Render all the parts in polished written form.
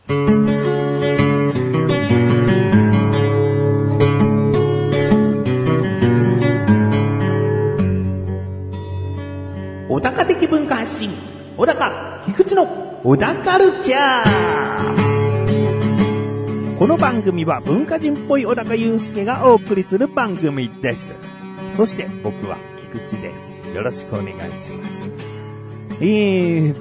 小高的文化発信、小高菊池の小高カルチャー。この番組は文化人っぽい小高祐介がお送りする番組です。そして僕は菊池です。よろしくお願いします。前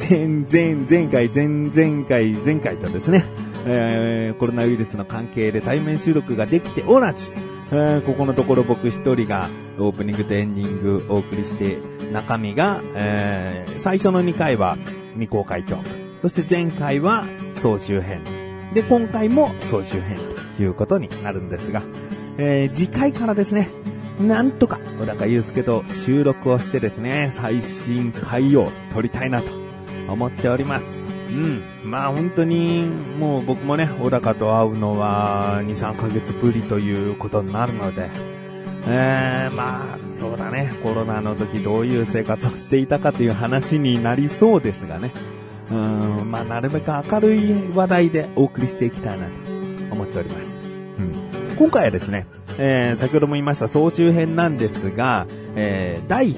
回とですね、コロナウイルスの関係で対面収録ができておらず、ここのところ僕一人がオープニングとエンディングお送りして、中身が、最初の2回は未公開トーク、そして前回は総集編で、今回も総集編ということになるんですが、次回からですね、なんとか小高祐介と収録をしてですね、最新回を撮りたいなと思っております。まあ本当にもう僕もね、小高と会うのは 2,3 ヶ月ぶりということになるので、まあそうだね、コロナの時どういう生活をしていたかという話になりそうですがね、まあなるべく明るい話題でお送りしていきたいなと思っております。今回はですね、先ほども言いました総集編なんですが、第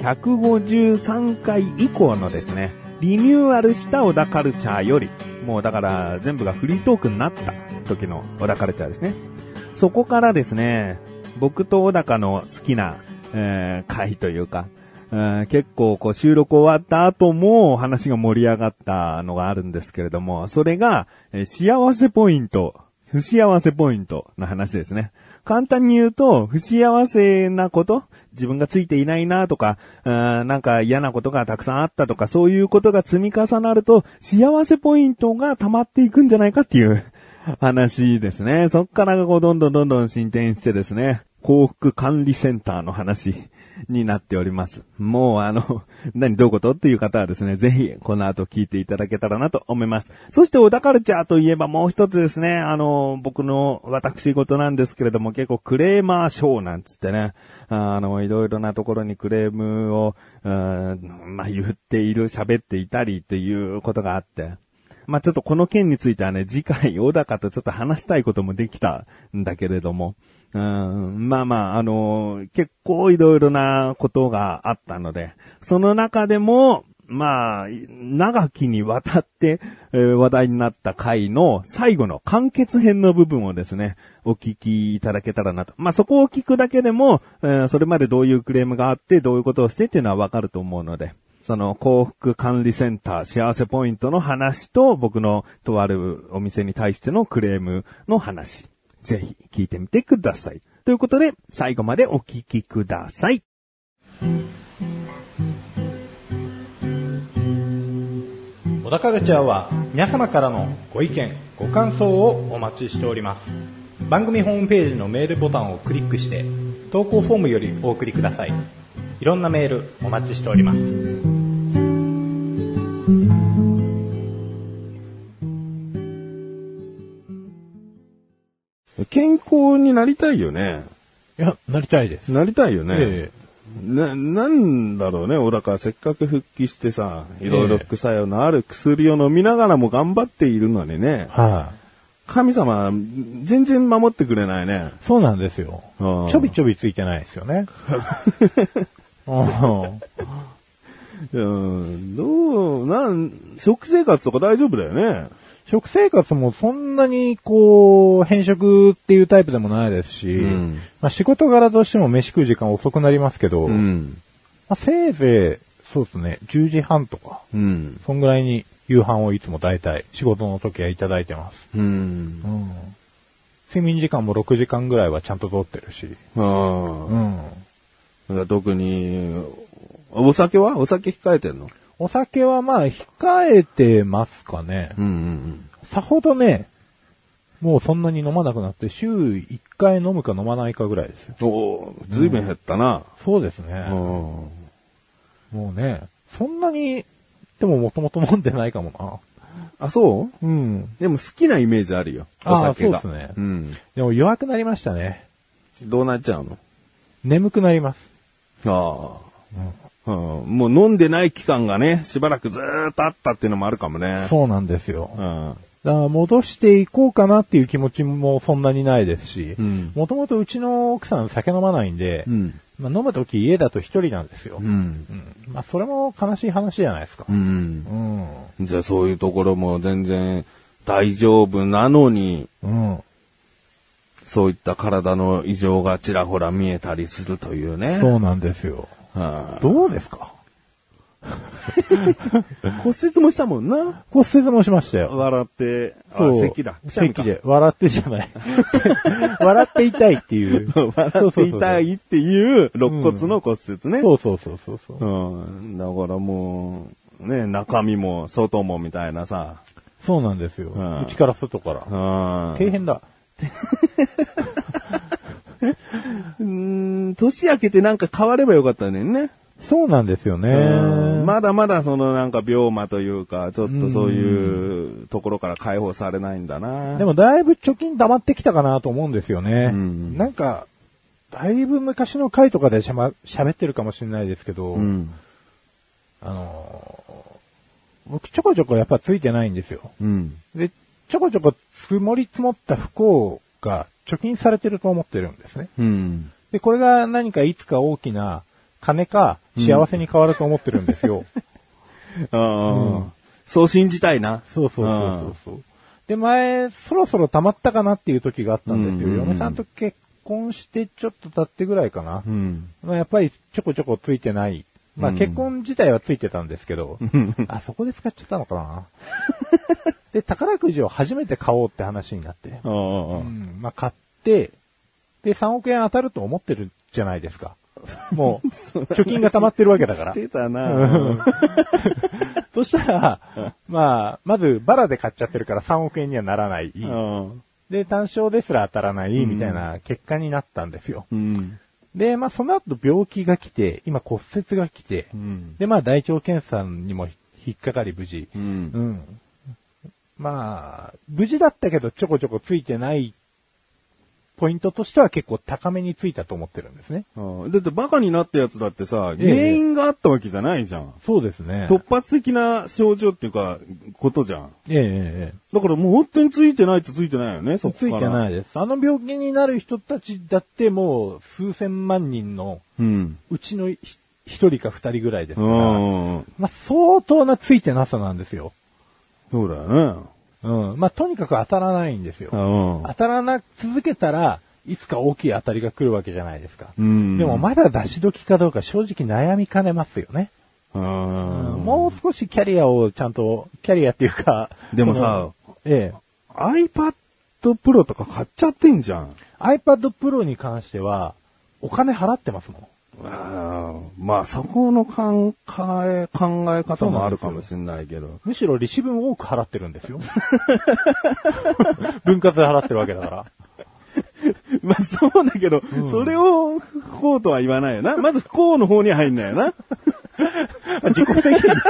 153回以降のですね、リニューアルした小田カルチャーより、もうだから全部がフリートークになった時の小田カルチャーですね。そこからですね、僕と小高の好きな、回というか、結構こう収録終わった後も話が盛り上がったのがあるんですけれども、それが、幸せポイント、不幸せポイントの話ですね。簡単に言うと、不幸せなこと、自分がついていないなとか、なんか嫌なことがたくさんあったとか、そういうことが積み重なると、幸せポイントが溜まっていくんじゃないかっていう話ですね。そっからこうどんどん進展してですね、幸福管理センターの話になっております。もうどういうことっていう方はですね、ぜひこの後聞いていただけたらなと思います。そして小田カルチャーといえばもう一つですね、僕の私事なんですけれども、結構クレーマーショーなんつってね、いろいろなところにクレームを、まあ言っている、喋っていたりということがあって、まあちょっとこの件についてはね、次回小高とちょっと話したいこともできたんだけれども、まあ結構いろいろなことがあったので、その中でも、まあ、長きにわたって、話題になった回の最後の完結編の部分をですね、お聞きいただけたらなと。まあそこを聞くだけでも、それまでどういうクレームがあって、どういうことをしてっていうのはわかると思うので、その幸福管理センター幸せポイントの話と、僕のとあるお店に対してのクレームの話、ぜひ聞いてみてください。ということで、最後までお聞きください。 小田カルチャーは皆様からのご意見、ご感想をお待ちしております。番組ホームページのメールボタンをクリックして、投稿フォームよりお送りください。いろんなメールお待ちしております。 健康になりたいよね。 いや、なりたいです。 なりたいよね。なんだろうね。小高せっかく復帰してさ、いろいろ副作用のある薬を飲みながらも頑張っているのにね。神様、全然守ってくれないね。 そうなんですよ。ちょびちょびついてないですよね。 食生活とか大丈夫だよね。 食生活もそんなにこう変色っていうタイプでもないですし、まあ仕事柄としても飯食う時間遅くなりますけど、まあ、せいぜいそうですね10時半とか、そんぐらいに夕飯をいつも大体仕事の時はいただいてます。睡眠時間も6時間ぐらいはちゃんと取ってるし、 特にお酒控えてんの？ お酒はまあ控えてますかね。さほどね、もうそんなに飲まなくなって週1回飲むか飲まないかぐらいですよ。 ずいぶん減ったな。 そうですね。もうね、そんなに、でももともと飲んでないかもな。あ、そう？でも好きなイメージあるよ。お酒が。 そうですね。でも弱くなりましたね。 どうなっちゃうの？ 眠くなります。 もう飲んでない期間がね、しばらくずーっとあったっていうのもあるかもね。 そうなんですよ。 だから戻していこうかなっていう気持ちもそんなにないですし、もともとうちの奥さん酒飲まないんで、まあ、飲むとき家だと一人なんですよ。まあ、それも悲しい話じゃないですか。 じゃあそういうところも全然大丈夫なのに、そういった体の異常がちらほら見えたりするというね。 そうなんですよ。どうですか？ 骨折もしたもんな。 骨折もしましたよ。 笑って、咳だ。 咳で、笑ってじゃない。笑って痛いっていう。 笑って痛いっていう肋骨の骨折ね。 そうそう。 だからもう、ね、中身も外もみたいなさ。 そうなんですよ。内から外から。大変だ。 年明けてなんか変わればよかったね。 そうなんですよね。 まだまだそのなんか病魔というか、ちょっとそういうところから解放されないんだな。 でもだいぶ貯金溜まってきたかなと思うんですよね。なんか、だいぶ昔の回とかで喋ってるかもしれないですけど、僕ちょこちょこやっぱついてないんですよ。で、ちょこちょこ積もった不幸が貯金されてると思ってるんですね。で、これが何かいつか大きな金か幸せに変わると思ってるんですよ。 そう信じたいな。 そう。で、前、そろそろ溜まったかなっていう時があったんですよ。嫁さんと結婚してちょっと経ってぐらいかな。まあ、やっぱりちょこちょこついてない。まあ、結婚自体はついてたんですけど、そこで使っちゃったのかな。で、宝くじを初めて買おうって話になって。まあ、買って、で、3億円当たると思ってるじゃないですか。もう、貯金が溜まってるわけだから。 してたな。 そしたら、まあ、まずバラで買っちゃってるから3億円にはならない。で、単勝ですら当たらないみたいな結果になったんですよ。で、まあ、その後病気が来て、今骨折が来て、で、まあ、大腸検査にも引っかかり無事。まあ、無事だったけどちょこちょこついてないポイントとしては結構高めについたと思ってるんですね。 だってバカになったやつだってさ、原因があったわけじゃないじゃん。 そうですね。 突発的な症状っていうか、ことじゃん。だからもう本当についてないってついてないよね、そこから。 ついてないです。あの病気になる人たちだってもう数千万人のうちの一人か二人ぐらいですから、まあ相当なついてなさなんですよ。 そうだよね。 まあ、とにかく当たらないんですよ。当たらな続けたら、いつか大きい当たりが来るわけじゃないですか。でもまだ出し時かどうか正直悩みかねますよね。もう少しキャリアをちゃんと、キャリアっていうか。 でもさ、iPad Pro とか買っちゃってんじゃん。 iPad Pro に関しては、お金払ってますもん。 まあ、そこの考え方もあるかもしれないけど。 むしろ利子分多く払ってるんですよ。分割で払ってるわけだから。 まあ、そうだけど、それを不幸とは言わないよな。まず不幸の方には入んないよな。 自己責任。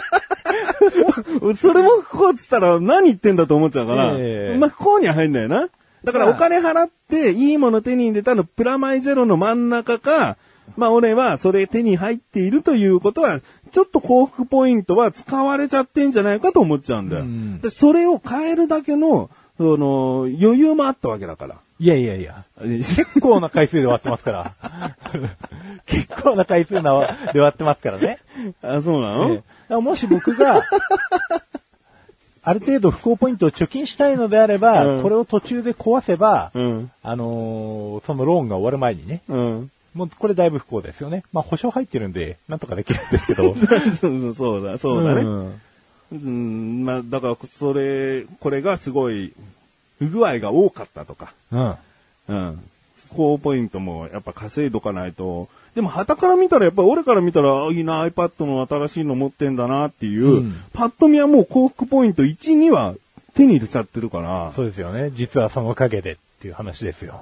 それも不幸っつったら何言ってんだと思っちゃうから、まあ、不幸には入んないよな。だからお金払っていいもの手に入れたのプラマイゼロの真ん中か、まあ俺はそれ手に入っているということは、ちょっと幸福ポイントは使われちゃってんじゃないかと思っちゃうんだよ。でそれを変えるだけの、余裕もあったわけだから。 いや。結構な回数で割ってますから。結構な回数で割ってますからね。 そうなの？ もし僕が、ある程度不幸ポイントを貯金したいのであれば、これを途中で壊せば、そのローンが終わる前にね。もうこれだいぶ不幸ですよね。まあ保証入ってるんで、なんとかできるんですけど。 そうだね。まあだからこれがすごい不具合が多かったとか。不幸ポイントもやっぱ稼いどかないと。でも旗から見たらやっぱ俺から見たらいいな iPad の新しいの持ってんだなっていう、パッと見はもう幸福ポイント1、2は手に入れちゃってるから。 そうですよね。実はその陰でっていう話ですよ。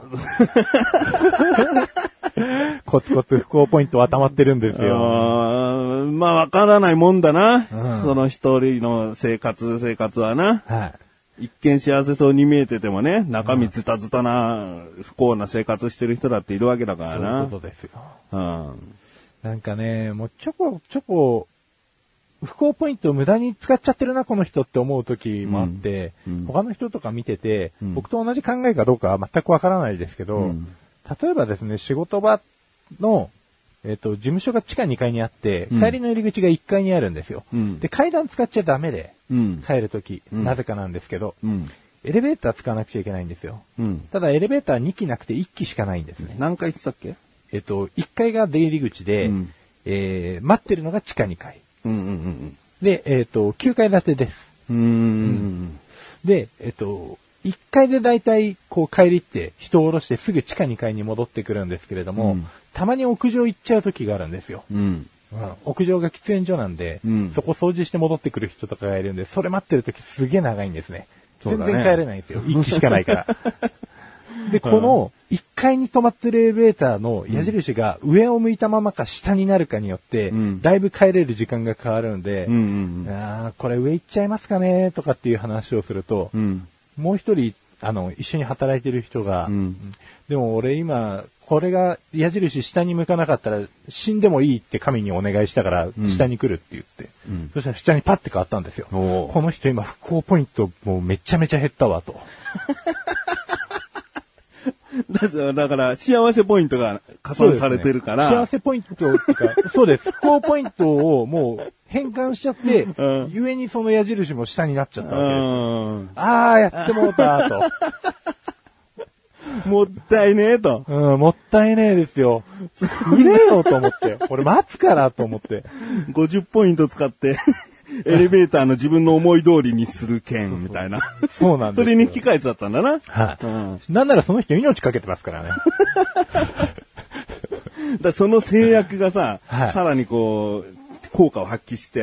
コツコツ不幸ポイントは溜まってるんですよ。 まあわからないもんだな。その一人の生活はな。一見幸せそうに見えててもね、中身ズタズタな不幸な生活してる人だっているわけだからな。 そういうことですよ。なんかね、もうちょこちょこ不幸ポイントを無駄に使っちゃってるな、この人って思う時もあって、他の人とか見てて、僕と同じ考えかどうかは全くわからないですけど、例えばですね、仕事場の、事務所が地下2階にあって、帰りの入り口が1階にあるんですよ。で、階段使っちゃダメで、帰る時、なぜかなんですけど、エレベーター使わなくちゃいけないんですよ。ただエレベーター2機なくて1機しかないんですね。 何階って言ってたっけ ？1階が出入り口で、待ってるのが地下2階。で、9階建てです。で、1階でだいたいこう帰りって人を降ろしてすぐ地下2階に戻ってくるんですけれども、たまに屋上行っちゃう時があるんですよ。屋上が喫煙所なんで、そこ掃除して戻ってくる人とかがいるんで、それ待ってる時すげえ長いんですね。全然帰れないんですよ。1機しかないから。で、この1階に止まってるエレベーターの矢印が上を向いたままか下になるかによって、だいぶ帰れる時間が変わるんで、これ上行っちゃいますかねとかっていう話をすると、もう一人、一緒に働いてる人が、でも俺今、これが矢印下に向かなかったら死んでもいいって神にお願いしたから下に来るって言って、そしたら下にパッて変わったんですよ。この人今不幸ポイントもうめちゃめちゃ減ったわと。 だから幸せポイントが加算されてるから。 幸せポイントっていうか、そうです。不幸ポイントをもう変換しちゃって、ゆえにその矢印も下になっちゃったわけです。やってもうたと。 もったいねえと。 もったいねえですよ。くれよと思って。俺待つからと思って。 50ポイント使って、エレベーターの自分の思い通りにする券みたいな。 そうなんですよ。 それに引き換えちゃったんだな。 はい。なんならその人命かけてますからね。 その制約がさ、さらにこう、効果を発揮して、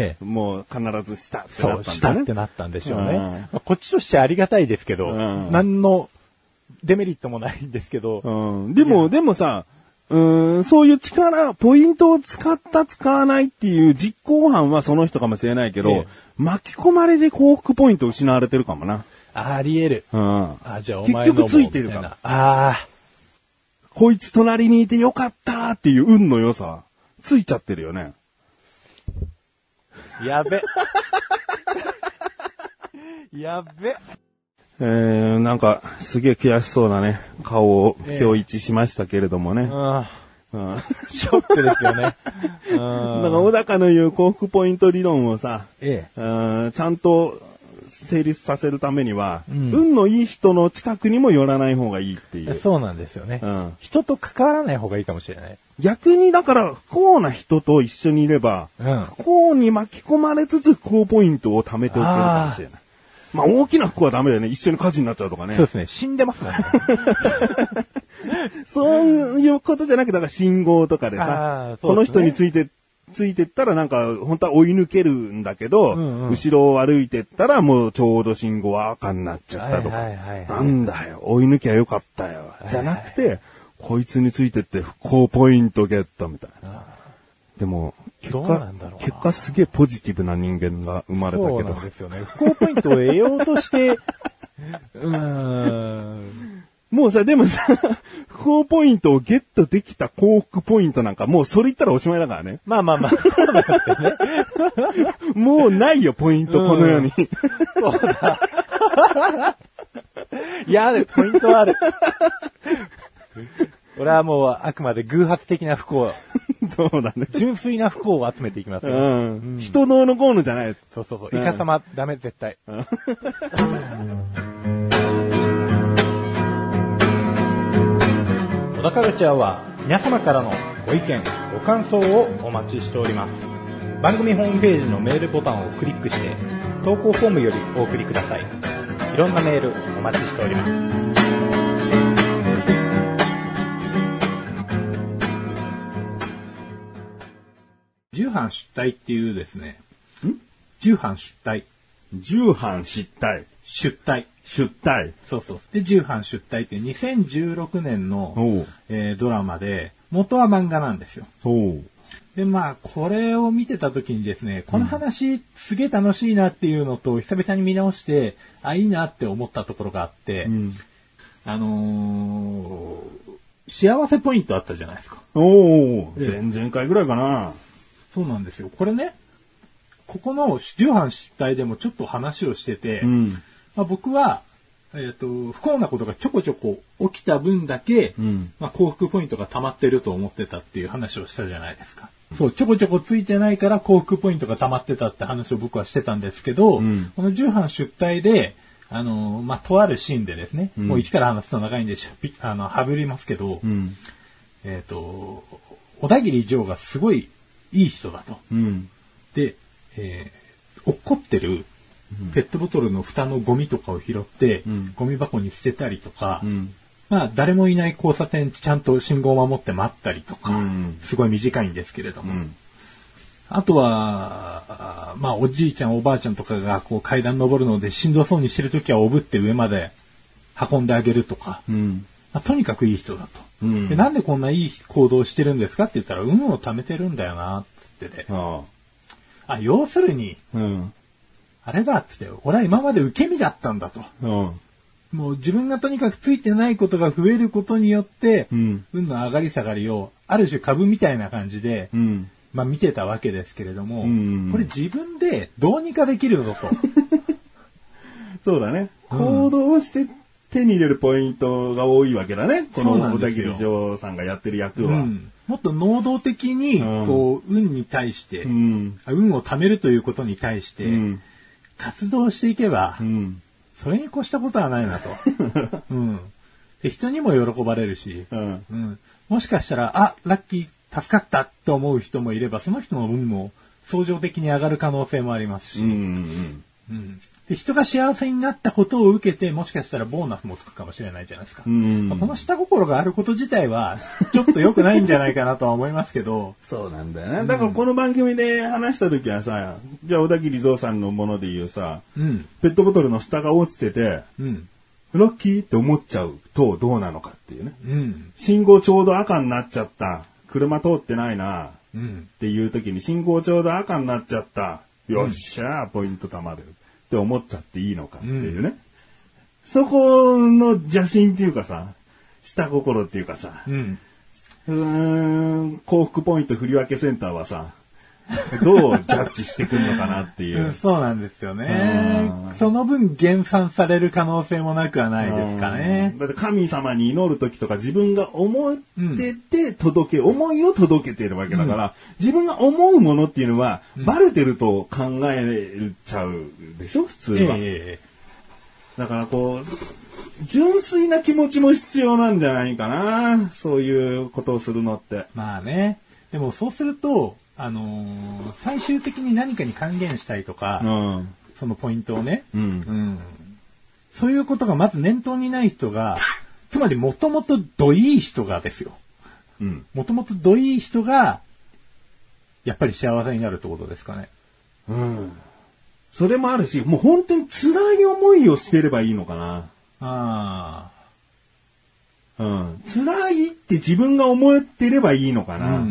もう必ずしたってなったんだね。 そう、したってなったんでしょうね。こっちとしてはありがたいですけど、何のデメリットもないんですけど。 でもさ、そういう力、ポイントを使った使わないっていう実行犯はその人かもしれないけど、巻き込まれで幸福ポイント失われてるかもな。 あり得る。じゃあお前の結局ついてるから。こいつ隣にいてよかったっていう運の良さ、ついちゃってるよね。 やべ。やべ。 なんか、すげえ悔しそうなね、顔を今日一致しましたけれどもね。 ショックですよね。 だから小高の言う幸福ポイント理論をさ、ちゃんと成立させるためには、運のいい人の近くにも寄らない方がいいっていう。 そうなんですよね。人と関わらない方がいいかもしれない。 逆にだから不幸な人と一緒にいれば、不幸に巻き込まれつつ高ポイントを貯めておけるかもしれない。まあ大きな不幸はダメだよね。一緒に火事になっちゃうとかね。 そうですね。死んでますもんね。 そういうことじゃなくて、だから信号とかでさ、この人についてったらなんか、本当は追い抜けるんだけど、後ろを歩いてったらもうちょうど信号は赤になっちゃったとか。なんだよ、追い抜きゃよかったよ。じゃなくて、こいつについてって不幸ポイントゲットみたいな。でも、結果すげえポジティブな人間が生まれたけど。 そうなんですよね。不幸ポイントを得ようとして、 もうさ、でもさ、不幸ポイントをゲットできた幸福ポイントなんかもうそれ言ったらおしまいだからね。 まあ。そうなんですよね。 もうないよ、ポイント、この世に。 そうだ。いや、ポイントはある。俺はもうあくまで偶発的な不幸。 そうだね。 純粋な不幸を集めていきますよ。 人のこうのじゃない。 そう。イカ様、ダメ、絶対。小田カルチャーは皆様からのご意見、ご感想をお待ちしております。番組ホームページのメールボタンをクリックして、投稿フォームよりお送りください。いろんなメールお待ちしております。重版出退っていうですね。重版出退。 重版出退。 出退。 出退。 そう。で、重版出退って2016年の、ドラマで、元は漫画なんですよ。で、まあ、これを見てた時にですね、この話、すげえ楽しいなっていうのと、久々に見直して、いいなって思ったところがあって、幸せポイントあったじゃないですか。 前々回ぐらいかな。 そうなんですよ。これね、 ここの重版失態でもちょっと話をしてて、僕は、不幸なことがちょこちょこ起きた分だけ、幸福ポイントが溜まってると思ってたっていう話をしたじゃないですか。そう、ちょこちょこついてないから幸福ポイントが溜まってたって話を僕はしてたんですけど、この重版出題で、とあるシーンでですね、もう一から話すと長いんで省りますけど、小田切丈がすごいいい人だと。で、落っこってるペットボトルの蓋のゴミとかを拾って、ゴミ箱に捨てたりとか、誰もいない交差点ちゃんと信号を守って待ったりとか、すごい短いんですけれども。あとは、おじいちゃんおばあちゃんとかがこう階段登るのでしんどそうにしてるときはおぶって上まで運んであげるとか、とにかくいい人だと、で。なんでこんないい行動をしてるんですかって言ったら、運を貯めてるんだよなって言ってて。要するに、あれだって言って、俺は今まで受け身だったんだと。もう自分がとにかくついてないことが増えることによって、運の上がり下がりを、ある種株みたいな感じで、見てたわけですけれども、これ自分でどうにかできるぞと。 そうだね。行動して手に入れるポイントが多いわけだね。この小田切丈さんがやってる役は。 もっと能動的に、運に対して、運を貯めるということに対して、活動していけば、それに越したことはないなと。で人にも喜ばれるし、もしかしたら、ラッキー、助かったと思う人もいれば、その人の運も相乗的に上がる可能性もありますし、で人が幸せになったことを受けて、もしかしたらボーナスもつくかもしれないじゃないですか。この下心があること自体は、ちょっと良くないんじゃないかなとは思いますけど。 そうなんだよね。だからこの番組で話した時はさ、じゃあ小田切丈さんのもので言うさ、ペットボトルの蓋が落ちてて、ラッキーって思っちゃうとどうなのかっていうね。信号ちょうど赤になっちゃった。車通ってないな、っていう時に信号ちょうど赤になっちゃった。よっしゃー、ポイント貯まる。って思っちゃっていいのかっていうね。そこの邪心っていうかさ、下心っていうかさ、幸福ポイント振り分けセンターはさ、どうジャッジしてくるのかなっていう。 そうなんですよね。その分減産される可能性もなくはないですかね。 だって神様に祈るときとか自分が思ってて思いを届けてるわけだから、自分が思うものっていうのは、バレてると考えちゃうでしょ、普通は。だからこう、純粋な気持ちも必要なんじゃないかな。そういうことをするのって。 まあね。でもそうすると、最終的に何かに還元したいとか、そのポイントをね、そういうことがまず念頭にない人が、つまりもともとどいい人がですよ。もともとどいい人が、やっぱり幸せになるってことですかね。 それもあるし、もう本当に辛い思いをしてればいいのかな。辛いって自分が思ってればいいのかな。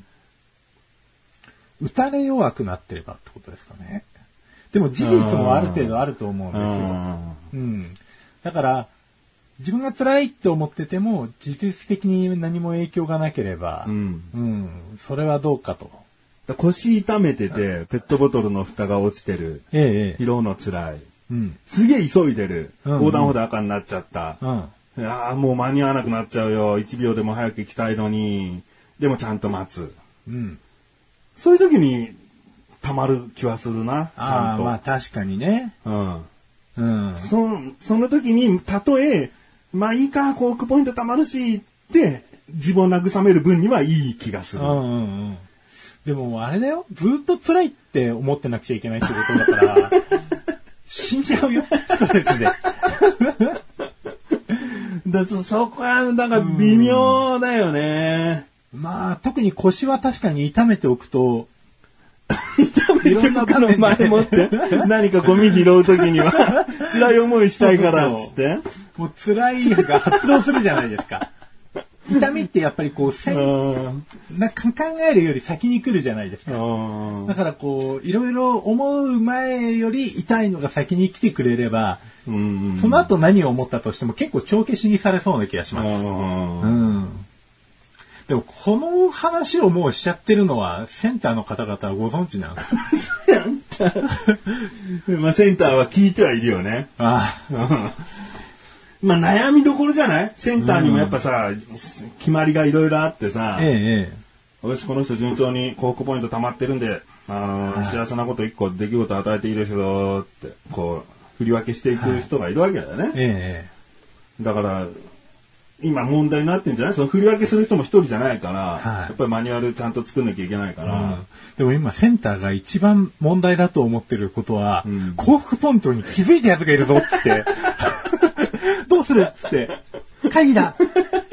打たれ弱くなってればってことですかね。でも事実もある程度あると思うんですよ。だから自分が辛いって思ってても事実的に何も影響がなければ、それはどうかと。 腰痛めててペットボトルの蓋が落ちてる。拾うの辛い。すげえ急いでる。横断歩道赤になっちゃった。いやもう間に合わなくなっちゃうよ。1秒でも早く行きたいのに。でもちゃんと待つ。そういう時に溜まる気はするな。ちゃんと。 まあ確かにね。 その時に、たとえ、まあいいか、幸福ポイント溜まるし、って自分を慰める分にはいい気がする。 でもあれだよ。ずっと辛いって思ってなくちゃいけないってことだから、死んじゃうよ。ストレスで。 そこは、だから微妙だよね。 まあ、特に腰は確かに痛めておくと、 痛めておくの前もって、何かゴミ拾うときには、辛い思いしたいから、つって。 もう辛いが発動するじゃないですか。痛みってやっぱりこう、考えるより先に来るじゃないですか。だからこう、いろいろ思う前より痛いのが先に来てくれれば、その後何を思ったとしても結構帳消しにされそうな気がします。でもこの話をもうしちゃってるのはセンターの方々はご存知なんですか？ まあセンターは聞いてはいるよね。 あまあ悩みどころじゃない？センターにもやっぱさ、決まりがいろいろあってさ、よし、この人順調に幸福ポイント溜まってるんで、幸せなこと一個出来事与えていいですよって、こう、振り分けしていく人がいるわけだよね。だから、今問題になってんじゃない？その振り分けする人も一人じゃないから、やっぱりマニュアルちゃんと作んなきゃいけないから。 でも今センターが一番問題だと思ってることは、幸福ポイントに気づいたやつがいるぞっつって、どうするっつって、会議だ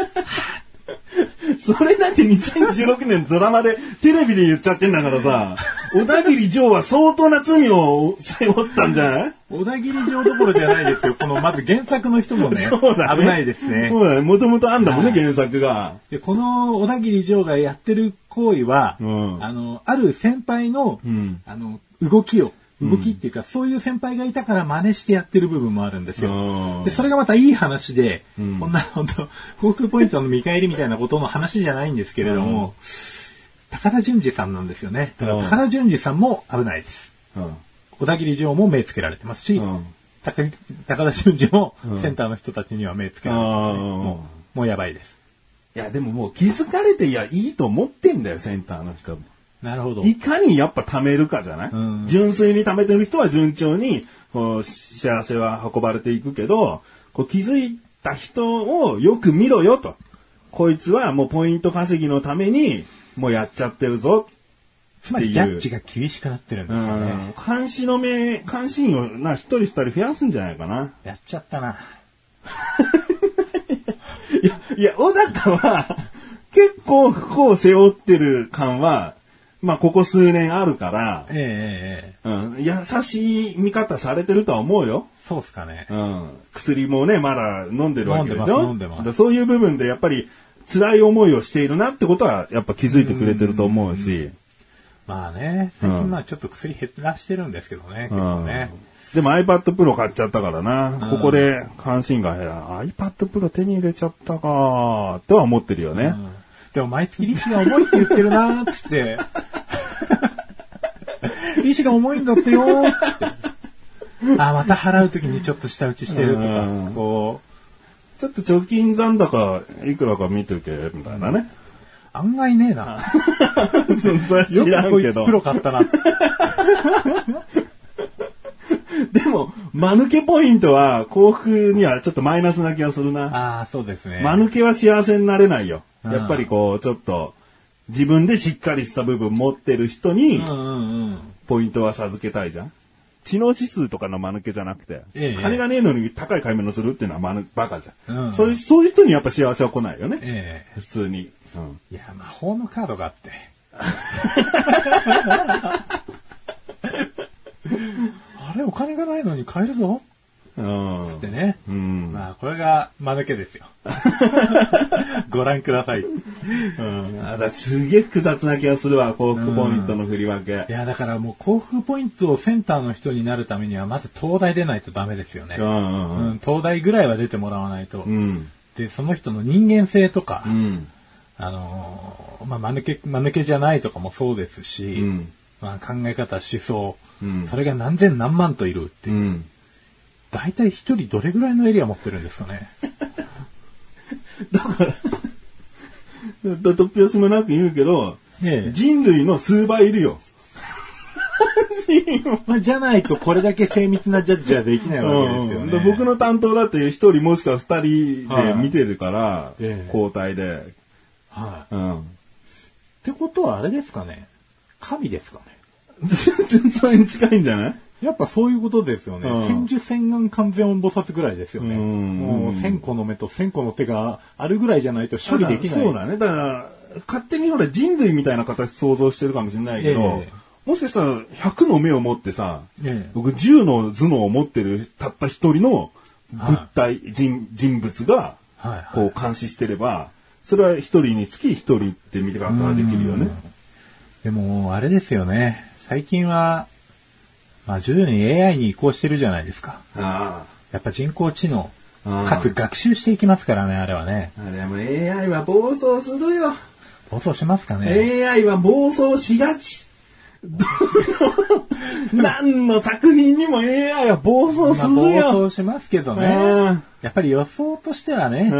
それだって2016年ドラマでテレビで言っちゃってんだからさ、小田切城は相当な罪を背負ったんじゃない？ 小田切城どころじゃないですよ。このまず原作の人もね、危ないですね。 そうだね。もともとあんだもんね、原作が。 でこの小田切城がやってる行為は、ある先輩の、動きっていうか、そういう先輩がいたから真似してやってる部分もあるんですよ。で、それがまたいい話で、こんな本当航空ポイントの見返りみたいなことの話じゃないんですけれども、高田純次さんなんですよね。だから高田純次さんも危ないです。小田切城も目つけられてますし、高田純次もセンターの人たちには目つけられてますね。もうやばいです。 いや、でももう気づかれていいと思ってんだよ、センターの人も。 なるほど。 いかにやっぱ貯めるかじゃない？純粋に貯めてる人は順調にこう幸せは運ばれていくけど、こう気づいた人をよく見ろよと。こいつはもうポイント稼ぎのためにもうやっちゃってるぞ。 つまりジャッジが厳しくなってるんですよね。 監視員を一人二人増やすんじゃないかな。 やっちゃったな。 いや、小高は結構不幸を背負ってる感は、まあ、ここ数年あるから、優しい見方されてるとは思うよ。 そうっすかね。 薬もね、まだ飲んでるわけでしょ？ 飲んでます。 そういう部分でやっぱり辛い思いをしているなってことは、やっぱ気づいてくれてると思うし。 まあね、最近まあちょっと薬減らしてるんですけどね、結構ね。 でも iPad Pro 買っちゃったからな。ここで関心が iPad Pro 手に入れちゃったかとは思ってるよね。 でも毎月利子が重いって言ってるなーっつって。利子が重いんだってよーって。また払うときにちょっと下打ちしてるとか、こう。ちょっと貯金残高いくらか見てけ、みたいなね。 案外ねえな。 よくこいつプロ買ったな。 でも、間抜けポイントは幸福にはちょっとマイナスな気がするな。 そうですね。 間抜けは幸せになれないよ。やっぱりこう、ちょっと、自分でしっかりした部分持ってる人に、ポイントは授けたいじゃん。知能指数とかの間抜けじゃなくて、金がねえのに高い買い物するっていうのはバカじゃん。そういう人にやっぱ幸せは来ないよね。普通に。 いや、魔法のカードがあって。あれ、お金がないのに買えるぞ。つってね。まあ、これが間抜けですよ。ご覧ください。 すげえ複雑な気がするわ、幸福ポイントの振り分け。 いや、だからもう幸福ポイントをセンターの人になるためには、まず東大出ないとダメですよね。東大ぐらいは出てもらわないと。で、その人の人間性とか、まあ、間抜けじゃないとかもそうですし、まあ、考え方、思想、それが何千何万といるっていう。大体一人どれぐらいのエリア持ってるんですかね。 だから、突拍子もなく言うけど、人類の数倍いるよ。 じゃないとこれだけ精密なジャッジはできないわけですよね。 僕の担当だって一人もしくは二人で見てるから、交代で。 ってことはあれですかね。神ですかね。 全然それに近いんじゃない？ やっぱそういうことですよね。千手千眼完全音菩薩ぐらいですよね。もう千個の目と千個の手があるぐらいじゃないと処理できない。 そうだね。だから、勝手にほら人類みたいな形想像してるかもしれないけど、もしかしたら100の目を持ってさ、僕10の頭脳を持ってるたった一人の物体、人物がこう監視してれば、それは一人につき一人って見方ができるよね。 でも、あれですよね。最近は、まあ、徐々に AI に移行してるじゃないですか。やっぱ人工知能、かつ学習していきますからね、あれはね。 でも AI は暴走するよ。 暴走しますかね。 AI は暴走しがち。 何の作品にも AI は暴走するよ。 まあ、暴走しますけどね。やっぱり予想としてはね。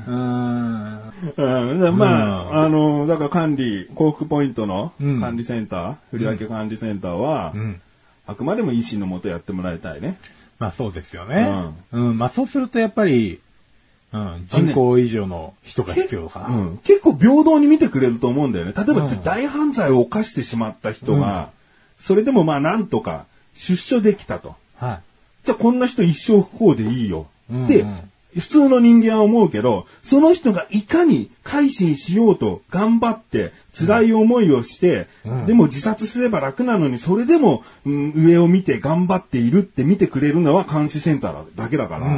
まあ、だから幸福ポイントの管理センター、振り分け管理センターは、あくまでも維新のもとやってもらいたいね。 まあそうですよね。まあそうするとやっぱり、人口以上の人が必要か、 結構平等に見てくれると思うんだよね。例えば大犯罪を犯してしまった人が、それでもまあなんとか出所できたと。はい、じゃあこんな人一生不幸でいいよ。で、普通の人間は思うけど、その人がいかに改心しようと頑張って辛い思いをして、でも自殺すれば楽なのにそれでも、上を見て頑張っているって見てくれるのは監視センターだけだから、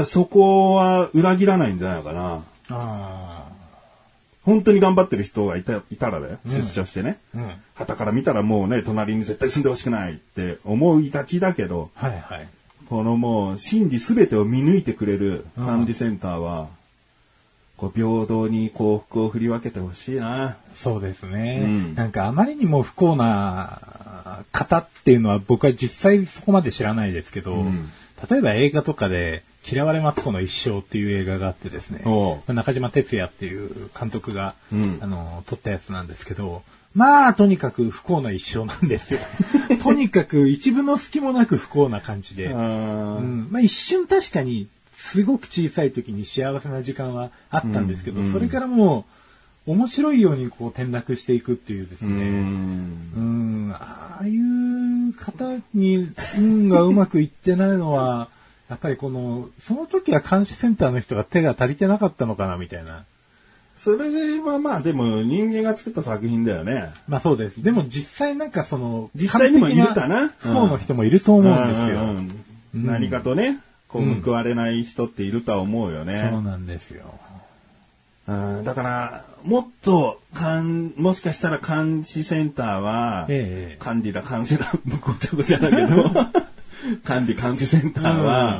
そこは裏切らないんじゃないかな。本当に頑張ってる人がいたらだよ。出所してね。傍から見たらもうね、隣に絶対住んでほしくないって思いがちだけど、はいはい、このもう真理すべてを見抜いてくれる管理センターは、こう平等に幸福を振り分けてほしいな。 そうですね、なんかあまりにも不幸な方っていうのは僕は実際そこまで知らないですけど、例えば映画とかで嫌われマツコの一生っていう映画があってですね、中島哲也っていう監督が、撮ったやつなんですけど、まあとにかく不幸な一生なんですよ。とにかく一分の隙もなく不幸な感じで、まあ一瞬確かにすごく小さい時に幸せな時間はあったんですけど、それからもう面白いようにこう転落していくっていうですね、ああいう方に運がうまくいってないのはやっぱりその時は監視センターの人が手が足りてなかったのかなみたいな。 それはまあでも人間が作った作品だよね。 まあそうです。でも実際実際にもいるかな。 不幸の人もいると思うんですよ。 何かとね、報われない人っているとは思うよね。 そうなんですよ。 だからもっともしかしたら監視センターは、管理だ監視だごちゃごちゃだけど監視センターは、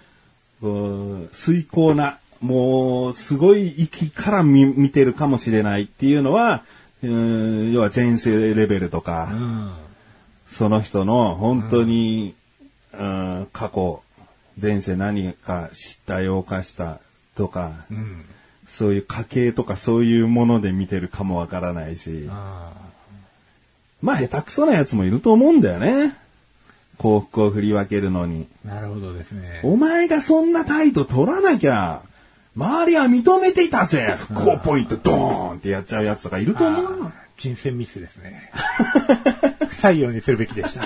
崇高なもうすごい域から見てるかもしれないっていうのは、要は前世レベルとか、その人の本当に、過去前世何か失態を犯したとか、そういう家系とかそういうもので見てるかもわからないし、まあ下手くそなやつもいると思うんだよね。幸福を振り分けるのに。 なるほどですね。 お前がそんな態度取らなきゃ、周りは認めていたぜ。不幸ポイントドーンってやっちゃうやつとかいると思う。 人選ミスですね。不採用にするべきでした。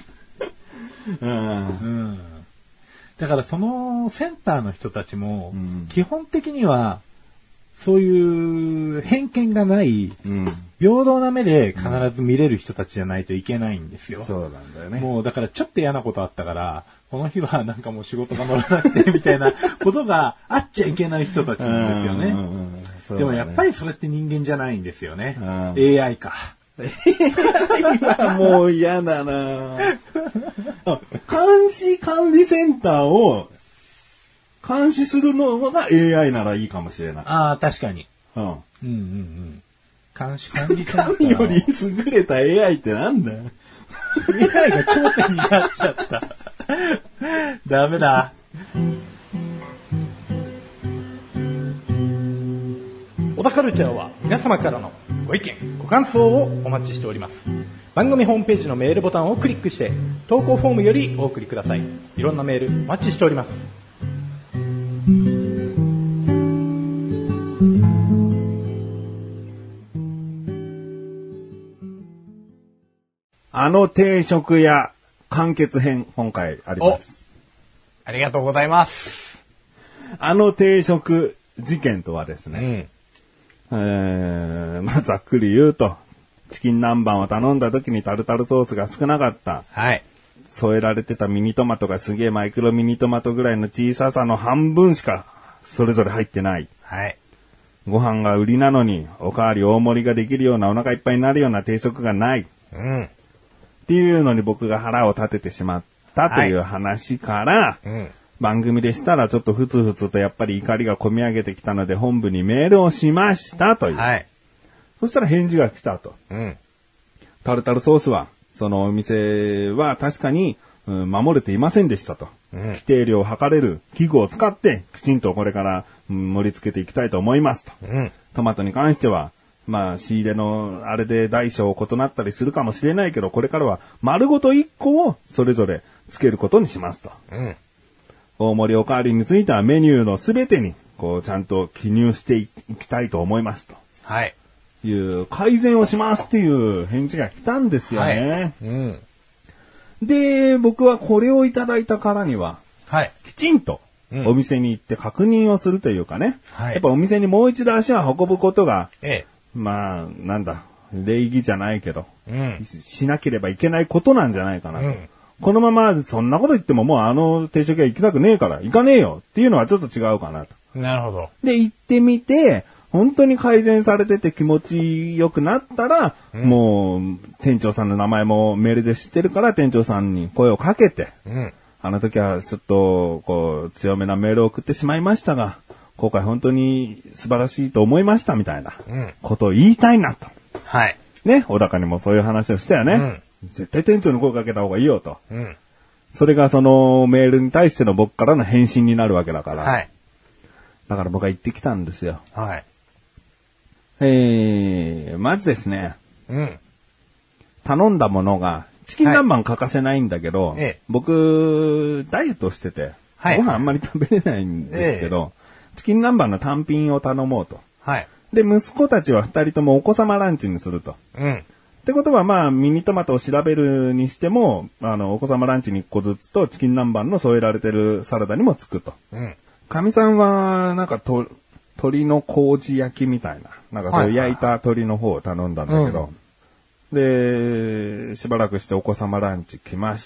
だからそのセンターの人たちも、基本的にはそういう偏見がない、平等な目で必ず見れる人たちじゃないといけないんですよ。 そうなんだよね。 もうだからちょっと嫌なことあったから、この日はなんかもう仕事が乗らなくてみたいなことがあっちゃいけない人たちなんですよね。でもやっぱりそれって人間じゃないんですよね。AI か。 AI はもう嫌だな。監視管理センターを監視するのが AI ならいいかもしれない。 ああ、確かに。監視管理センター。 神より優れた AI ってなんだよ。 AI が頂点になっちゃった。ダメだ。小田カルチャーは皆様からのご意見、ご感想をお待ちしております。番組ホームページのメールボタンをクリックして投稿フォームよりお送りください。いろんなメールお待ちしております。 定食屋完結編今回あります。 ありがとうございます。 定食事件とはですね、まあざっくり言うとチキン南蛮を頼んだ時にタルタルソースが少なかった。 はい。 添えられてたミニトマトがすげえマイクロミニトマトぐらいの小ささの半分しかそれぞれ入ってない。 はい。 ご飯が売りなのにおかわり大盛りができるようなお腹いっぱいになるような定食がない。っていうのに僕が腹を立ててしまったという話から、番組でしたらちょっとふつふつとやっぱり怒りが込み上げてきたので本部にメールをしましたという。そしたら返事が来たと。タルタルソースはそのお店は確かに、守れていませんでしたと。規定量を測れる器具を使って、きちんとこれから盛り付けていきたいと思いますと。トマトに関しては、まあ、仕入れのあれで大小異なったりするかもしれないけど、これからは丸ごと1個をそれぞれつけることにしますと。大盛りおかわりについてはメニューのすべてに、こう、ちゃんと記入していきたいと思いますと。 はい。 いう改善をしますっていう返事が来たんですよね。で、僕はこれをいただいたからには、きちんとお店に行って確認をするというかね。やっぱお店にもう一度足を運ぶことが、まあ、なんだ、礼儀じゃないけど、しなければいけないことなんじゃないかなと。このままそんなこと言ってももうあの定食屋行きたくねえから行かねえよっていうのはちょっと違うかなと。 なるほど。 で、行ってみて、本当に改善されてて気持ちよくなったら、もう店長さんの名前もメールで知ってるから店長さんに声をかけて、あの時はちょっとこう強めなメールを送ってしまいましたが、今回本当に素晴らしいと思いましたみたいなことを言いたいなと。 はい。 ね、小高にもそういう話をしたよね。絶対店長に声かけた方がいいよと。それがそのメールに対しての僕からの返信になるわけだから。 はい。 だから僕は行ってきたんですよ。 はい。 まずですね。頼んだものが、チキン南蛮欠かせないんだけど、僕、ダイエットしてて、ご飯あんまり食べれないんですけど、チキン南蛮の単品を頼もうと。で、息子たちは二人ともお子様ランチにすると。ってことは、まあ、ミニトマトを調べるにしても、お子様ランチに1個ずつとチキン南蛮の添えられてるサラダにもつくと。かみさんは、なんか鶏の麹焼きみたいな、なんかそういう焼いた鶏の方を頼んだんだけど、で、しばらくしてお子様ランチ来ました。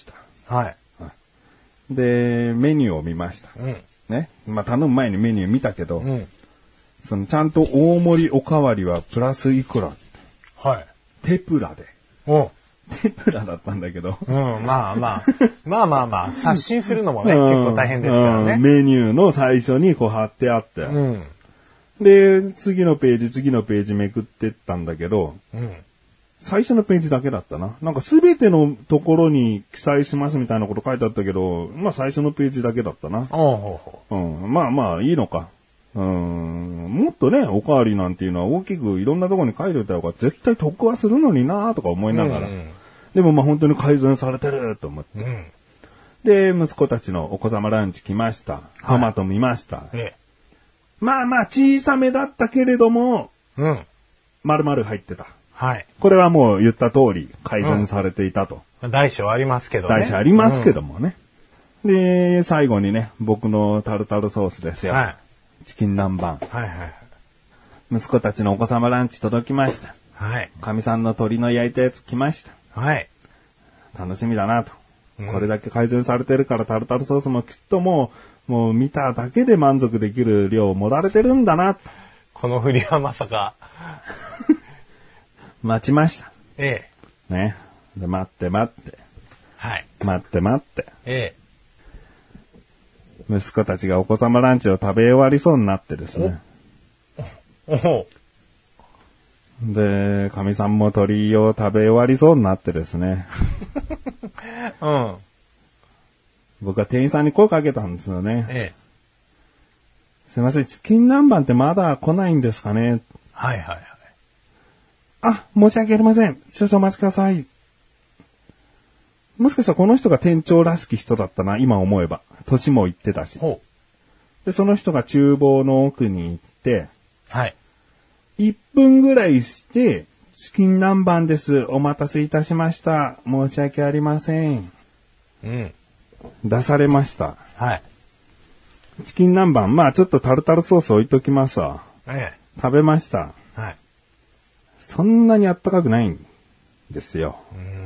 で、メニューを見ました。ね。まあ、頼む前にメニュー見たけど、そのちゃんと大盛りおかわりはプラスいくら。テプラで。テプラだったんだけど。 まあ、刷新するのもね、結構大変ですからね。 メニューの最初にこう貼ってあって。で、次のページめくってったんだけど、最初のページだけだったな。なんかすべてのところに記載しますみたいなこと書いてあったけど、まあ最初のページだけだったな。まあまあいいのか。もっとね、おかわりなんていうのは大きくいろんなところに書いておいた方が絶対得はするのになとか思いながら。でもまあ本当に改善されてると思って。で、息子たちのお子様ランチ来ました。トマト見ました。まあまあ小さめだったけれども、丸々入ってた。これはもう言った通り改善されていたと。 大小ありますけどね。 大小ありますけどもね。で、最後にね、僕のタルタルソースですよ。チキン南蛮。息子たちのお子様ランチ届きました。かみさんの鶏の焼いたやつ来ました。楽しみだなと。これだけ改善されてるからタルタルソースもきっともう見ただけで満足できる量を盛られてるんだな。 この振りはまさか。 待ちました。ね。で、待って。待って。息子たちがお子様ランチを食べ終わりそうになってですね。で、かみさんも鶏を食べ終わりそうになってですね。僕は店員さんに声かけたんですよね。すいません、チキン南蛮ってまだ来ないんですかね。あ、申し訳ありません。少々お待ちください。もしかしたらこの人が店長らしき人だったな、今思えば。年もいってたし。で、その人が厨房の奥に行って、1分ぐらいして、チキン南蛮です。お待たせいたしました。申し訳ありません。出されました。チキン南蛮、まあちょっとタルタルソース置いときますわ。食べました。そんなにあったかくないんですよ。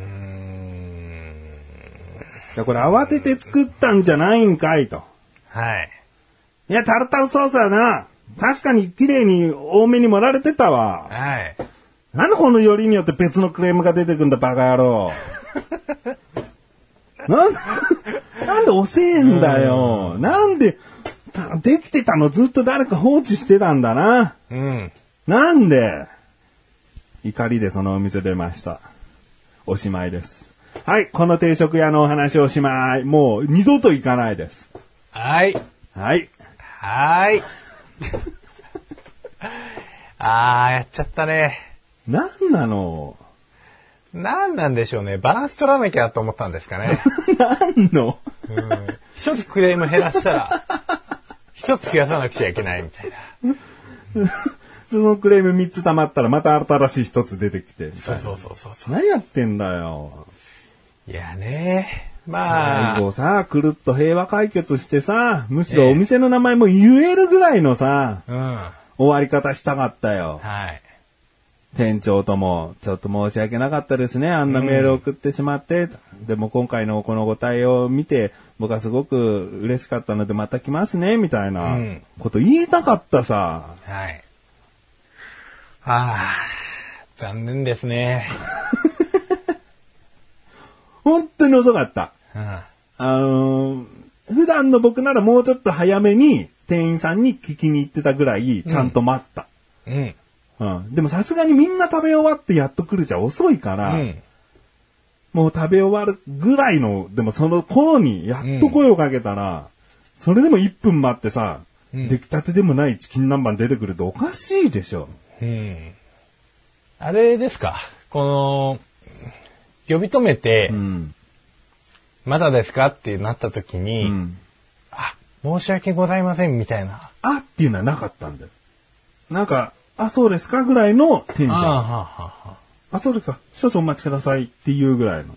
これ慌てて作ったんじゃないんかいと。いや、タルタルソースはな、確かに綺麗に多めに盛られてたわ。なんでこのよりによって別のクレームが出てくんだ、バカ野郎。なんで遅えんだよ。なんで、できてたのずっと誰か放置してたんだな。なんで怒りでそのお店出ました。おしまいです。 はい、この定食屋のお話をしまい。もう二度と行かないです。 はい。 はい。 はい。やっちゃったね。 なんなの？ なんなんでしょうね。バランス取らなきゃと思ったんですかね。 なんの？ 一つクレーム減らしたら、一つ増やさなくちゃいけないみたいな。 そのクレーム3つ溜まったらまた新しい一つ出てきて。 そう。 何やってんだよ。 いやね。まあ。 最後さ、くるっと平和解決してさ、むしろお店の名前も言えるぐらいのさ、終わり方したかったよ。 はい。 店長とも、ちょっと申し訳なかったですね。あんなメールを送ってしまって。でも今回のこのご対応を見て、僕はすごく嬉しかったのでまた来ますね、みたいなこと言いたかったさ。 はい。残念ですね。 本当に遅かった。普段の僕ならもうちょっと早めに店員さんに聞きに行ってたぐらいちゃんと待った。でもさすがにみんな食べ終わってやっと来るじゃ遅いから、もう食べ終わるぐらいの、でもその頃にやっと声をかけたら、それでも1分待ってさ、出来たてでもないチキン南蛮出てくるとおかしいでしょ。 あれですか、この、呼び止めて、まだですかってなった時に、申し訳ございませんみたいな。 っていうのはなかったんだよ。なんか、そうですかぐらいのテンション。そうですか。少々お待ちくださいっていうぐらいの。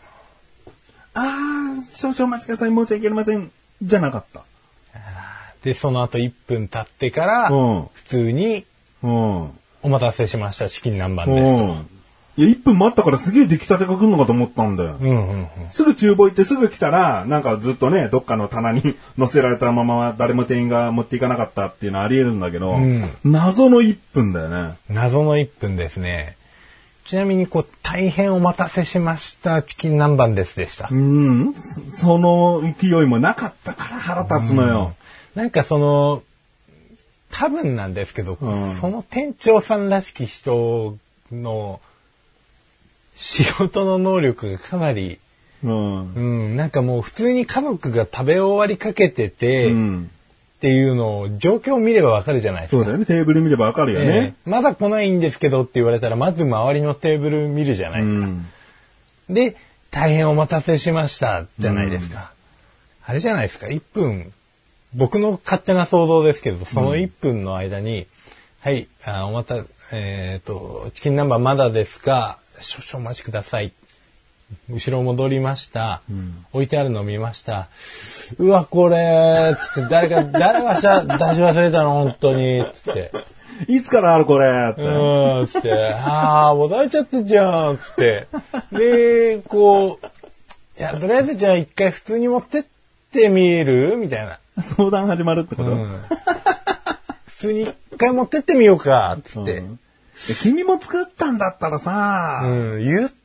少々お待ちください。申し訳ありません。じゃなかった。 で、その後1分経ってから、普通に、お待たせしました。チキン南蛮ですと。 いや、1分待ったからすげえ出来たてが来るのかと思ったんだよ。すぐ厨房行ってすぐ来たら、なんかずっとね、どっかの棚に乗せられたまま誰も店員が持っていかなかったっていうのはあり得るんだけど、謎の1分だよね。 謎の1分ですね。ちなみに大変お待たせしましたチキン南蛮ですでした。 その勢いもなかったから腹立つのよ。 なんか多分なんですけど、その店長さんらしき人の仕事の能力がかなり、なんかもう普通に家族が食べ終わりかけてて、っていうのを状況を見ればわかるじゃないですか。 そうだよね。テーブル見ればわかるよね。 まだ来ないんですけどって言われたら、まず周りのテーブル見るじゃないですか。で、大変お待たせしましたじゃないですか。あれじゃないですか。1分、僕の勝手な想像ですけど、その1分の間に、はい、チキン南蛮まだですか、少々お待ちください。後ろ戻りました。置いてあるの見ました。うわ、これ、つって、誰が出し忘れたの、本当に、つって。 いつからあるこれ、って。 つって、もう泣いちゃってじゃん、つって。で、いや、とりあえずじゃあ一回普通に持ってってみるみたいな。 相談始まるってこと？ 普通に一回持ってってみようか、つって。 君も作ったんだったらさ、 言って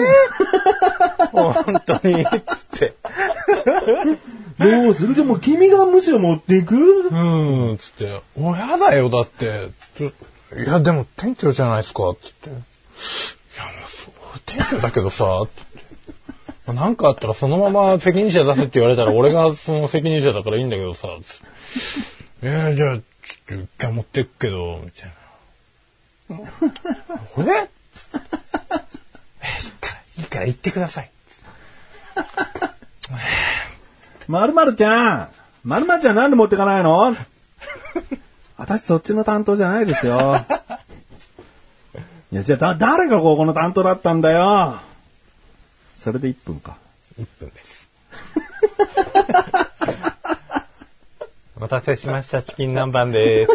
本当にって。 どうする？でも君がむしろ持っていく？ つって。やだよ、だって。いや、でも店長じゃないですか、つって。いや、もう店長だけどさ、つって。なんかあったらそのまま責任者出せって言われたら俺がその責任者だからいいんだけどさ、つって。じゃあ、ちょっと一回持ってくけど、みたいな。これいいから言ってください。 まるまるちゃんなんで持ってかないの？私そっちの担当じゃないですよ。いや、じゃあ誰がここの担当だったんだよ。それで1分か。 1分です。お待たせしました。チキン南蛮です。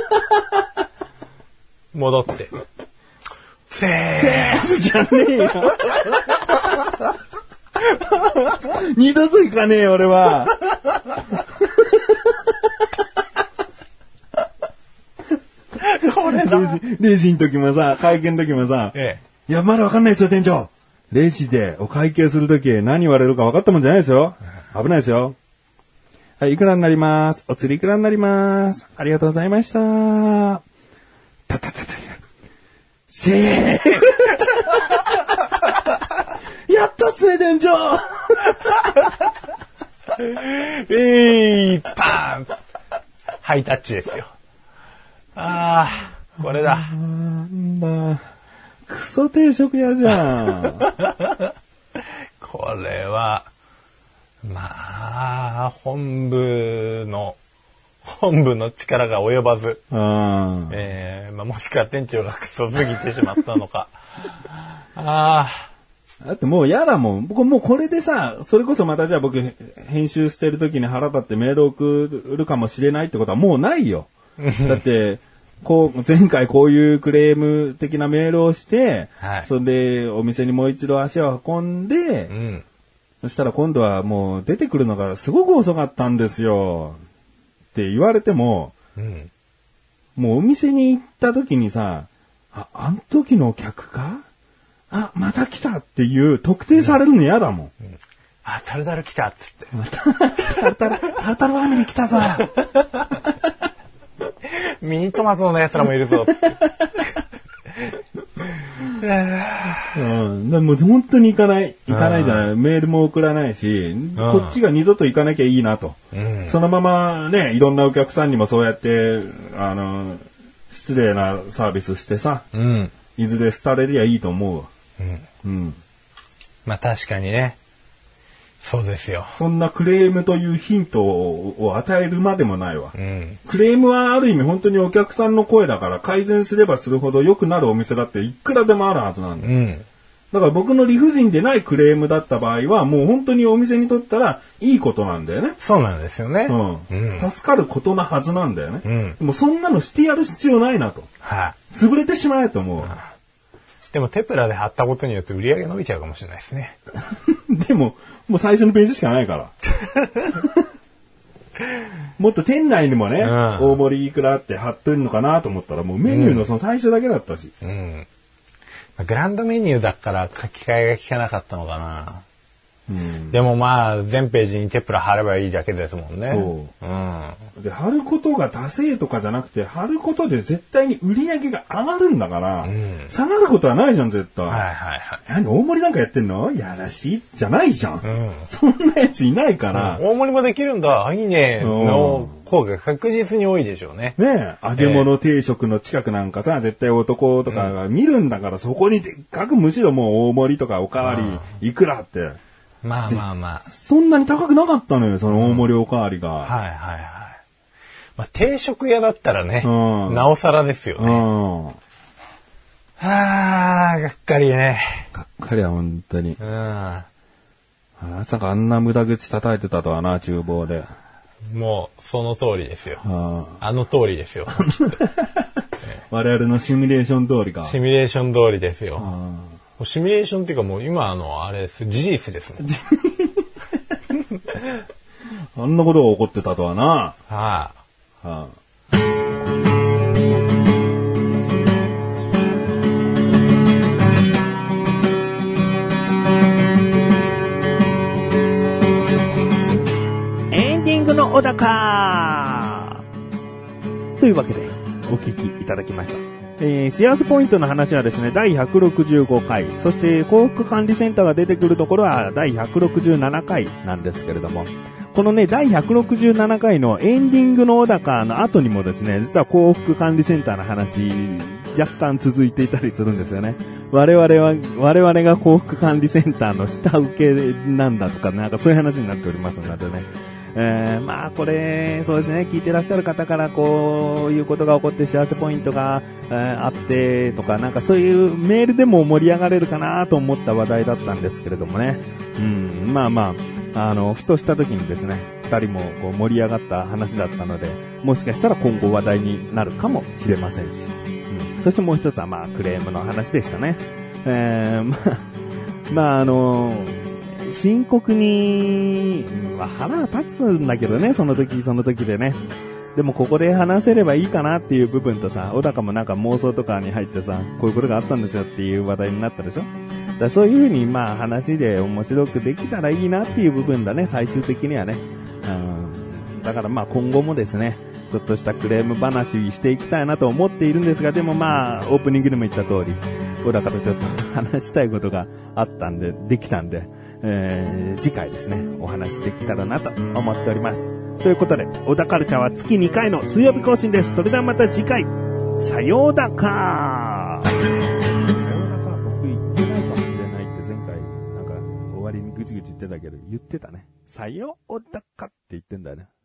戻って。 セーフじゃねえよ。二度と行かねえよ、俺は。 これだ。 レジの時もさ、会計の時もさ、いや、まだわかんないですよ、店長。レジでお会計する時何言われるか分かったもんじゃないですよ。危ないですよ。はい、いくらになります。お釣りいくらになります。ありがとうございました。セーフやっったっすね、店長パーンハイタッチですよ。ああ、これだ。 なんだ。クソ定食屋じゃん。 これは、まあ、本部の力が及ばず、まあ、もしくは店長がクソすぎてしまったのか。 だってもう嫌だもん。僕もうこれでさ、それこそまたじゃあ僕編集してる時に腹立ってメール送るかもしれないってことはもうないよ。だって、前回こういうクレーム的なメールをして、はい、それでお店にもう一度足を運んで、そしたら今度はもう出てくるのがすごく遅かったんですよ。って言われても、もうお店に行った時にさ、あの時の客か？また来たっていう特定されるの嫌だもん。 タルタル来たっつって。 タルタルファミリー来たぞ。 ミニトマトのやつらもいるぞ。 もう本当に行かないじゃない。メールも送らないし、こっちが二度と行かなきゃいいなと。そのままね、いろんなお客さんにもそうやって、失礼なサービスしてさ、いずれ廃れりゃいいと思うわ。 まあ確かにね。そうですよ。 そんなクレームというヒントを与えるまでもないわ。クレームはある意味本当にお客さんの声だから改善すればするほど良くなるお店だっていくらでもあるはずなんだよ。だから僕の理不尽でないクレームだった場合はもう本当にお店にとったらいいことなんだよね。 そうなんですよね。 助かることなはずなんだよね。でもそんなのしてやる必要ないなと。潰れてしまえと思う。 でもテプラで貼ったことによって売り上げ伸びちゃうかもしれないですね。 でも、もう最初のページしかないから。もっと店内にもね、大盛りいくらって貼ってるのかなと思ったら、もうメニューのその最初だけだったし。 グランドメニューだから書き換えが効かなかったのかな。でもまあ、全ページにテプラ貼ればいいだけですもんね。 そう。で、貼ることがダセーとかじゃなくて、貼ることで絶対に売り上げが上がるんだから、下がることはないじゃん、絶対。何、大盛りなんかやってんの？やらしいじゃないじゃん。そんなやついないから。 大盛りもできるんだ、いいね、の効果が確実に多いでしょうね。 ねえ、揚げ物定食の近くなんかさ、絶対男とかが見るんだから、そこにでっかくむしろもう大盛りとかおかわりいくらって。 まあまあまあ。 そんなに高くなかったのよ、その大盛りおかわりが。 まあ、定食屋だったらね、なおさらですよね。がっかりね。 がっかりは本当に。まさかあんな無駄口叩いてたとはな、厨房で。 もう、その通りですよ。あの通りですよ。 我々のシミュレーション通りか。 シミュレーション通りですよ。シミュレーションっていうかもう今あれです、事実ですもん。 あんなことが起こってたとはな。 エンディングの小高というわけでお聞きいただきました。幸せポイントの話はですね、第165回、そして幸福管理センターが出てくるところは第167回なんですけれども、このね、第167回のエンディングの小高の後にもですね、実は幸福管理センターの話、若干続いていたりするんですよね。我々が幸福管理センターの下請けなんだとか、なんかそういう話になっておりますのでね。まあこれ、そうですね、聞いてらっしゃる方からこういうことが起こって幸せポイントが、あってとか、なんかそういうメールでも盛り上がれるかなと思った話題だったんですけれどもね。まあまあ、ふとした時にですね、二人もこう盛り上がった話だったので、もしかしたら今後話題になるかもしれませんし。そしてもう一つはまあクレームの話でしたね。深刻に、腹が立つんだけどね、その時でね。でもここで話せればいいかなっていう部分とさ、小高もなんか妄想とかに入ってさ、こういうことがあったんですよっていう話題になったでしょ。だそういう風にまあ話で面白くできたらいいなっていう部分だね、最終的にはね。だからまあ今後もですね、 ちょっとしたクレーム話していきたいなと思っているんですが、でもまあ、オープニングでも言った通り、小高とちょっと話したいことがあったんで、できたんで、次回ですね、お話できたらなと思っております。ということで、小田カルチャーは月2回の水曜日更新です。それではまた次回、さようだかー。さようだか僕言ってないかもしれないって前回、なんか終わりにぐちぐち言ってたけど、言ってたね。さようだかって言ってんだよね。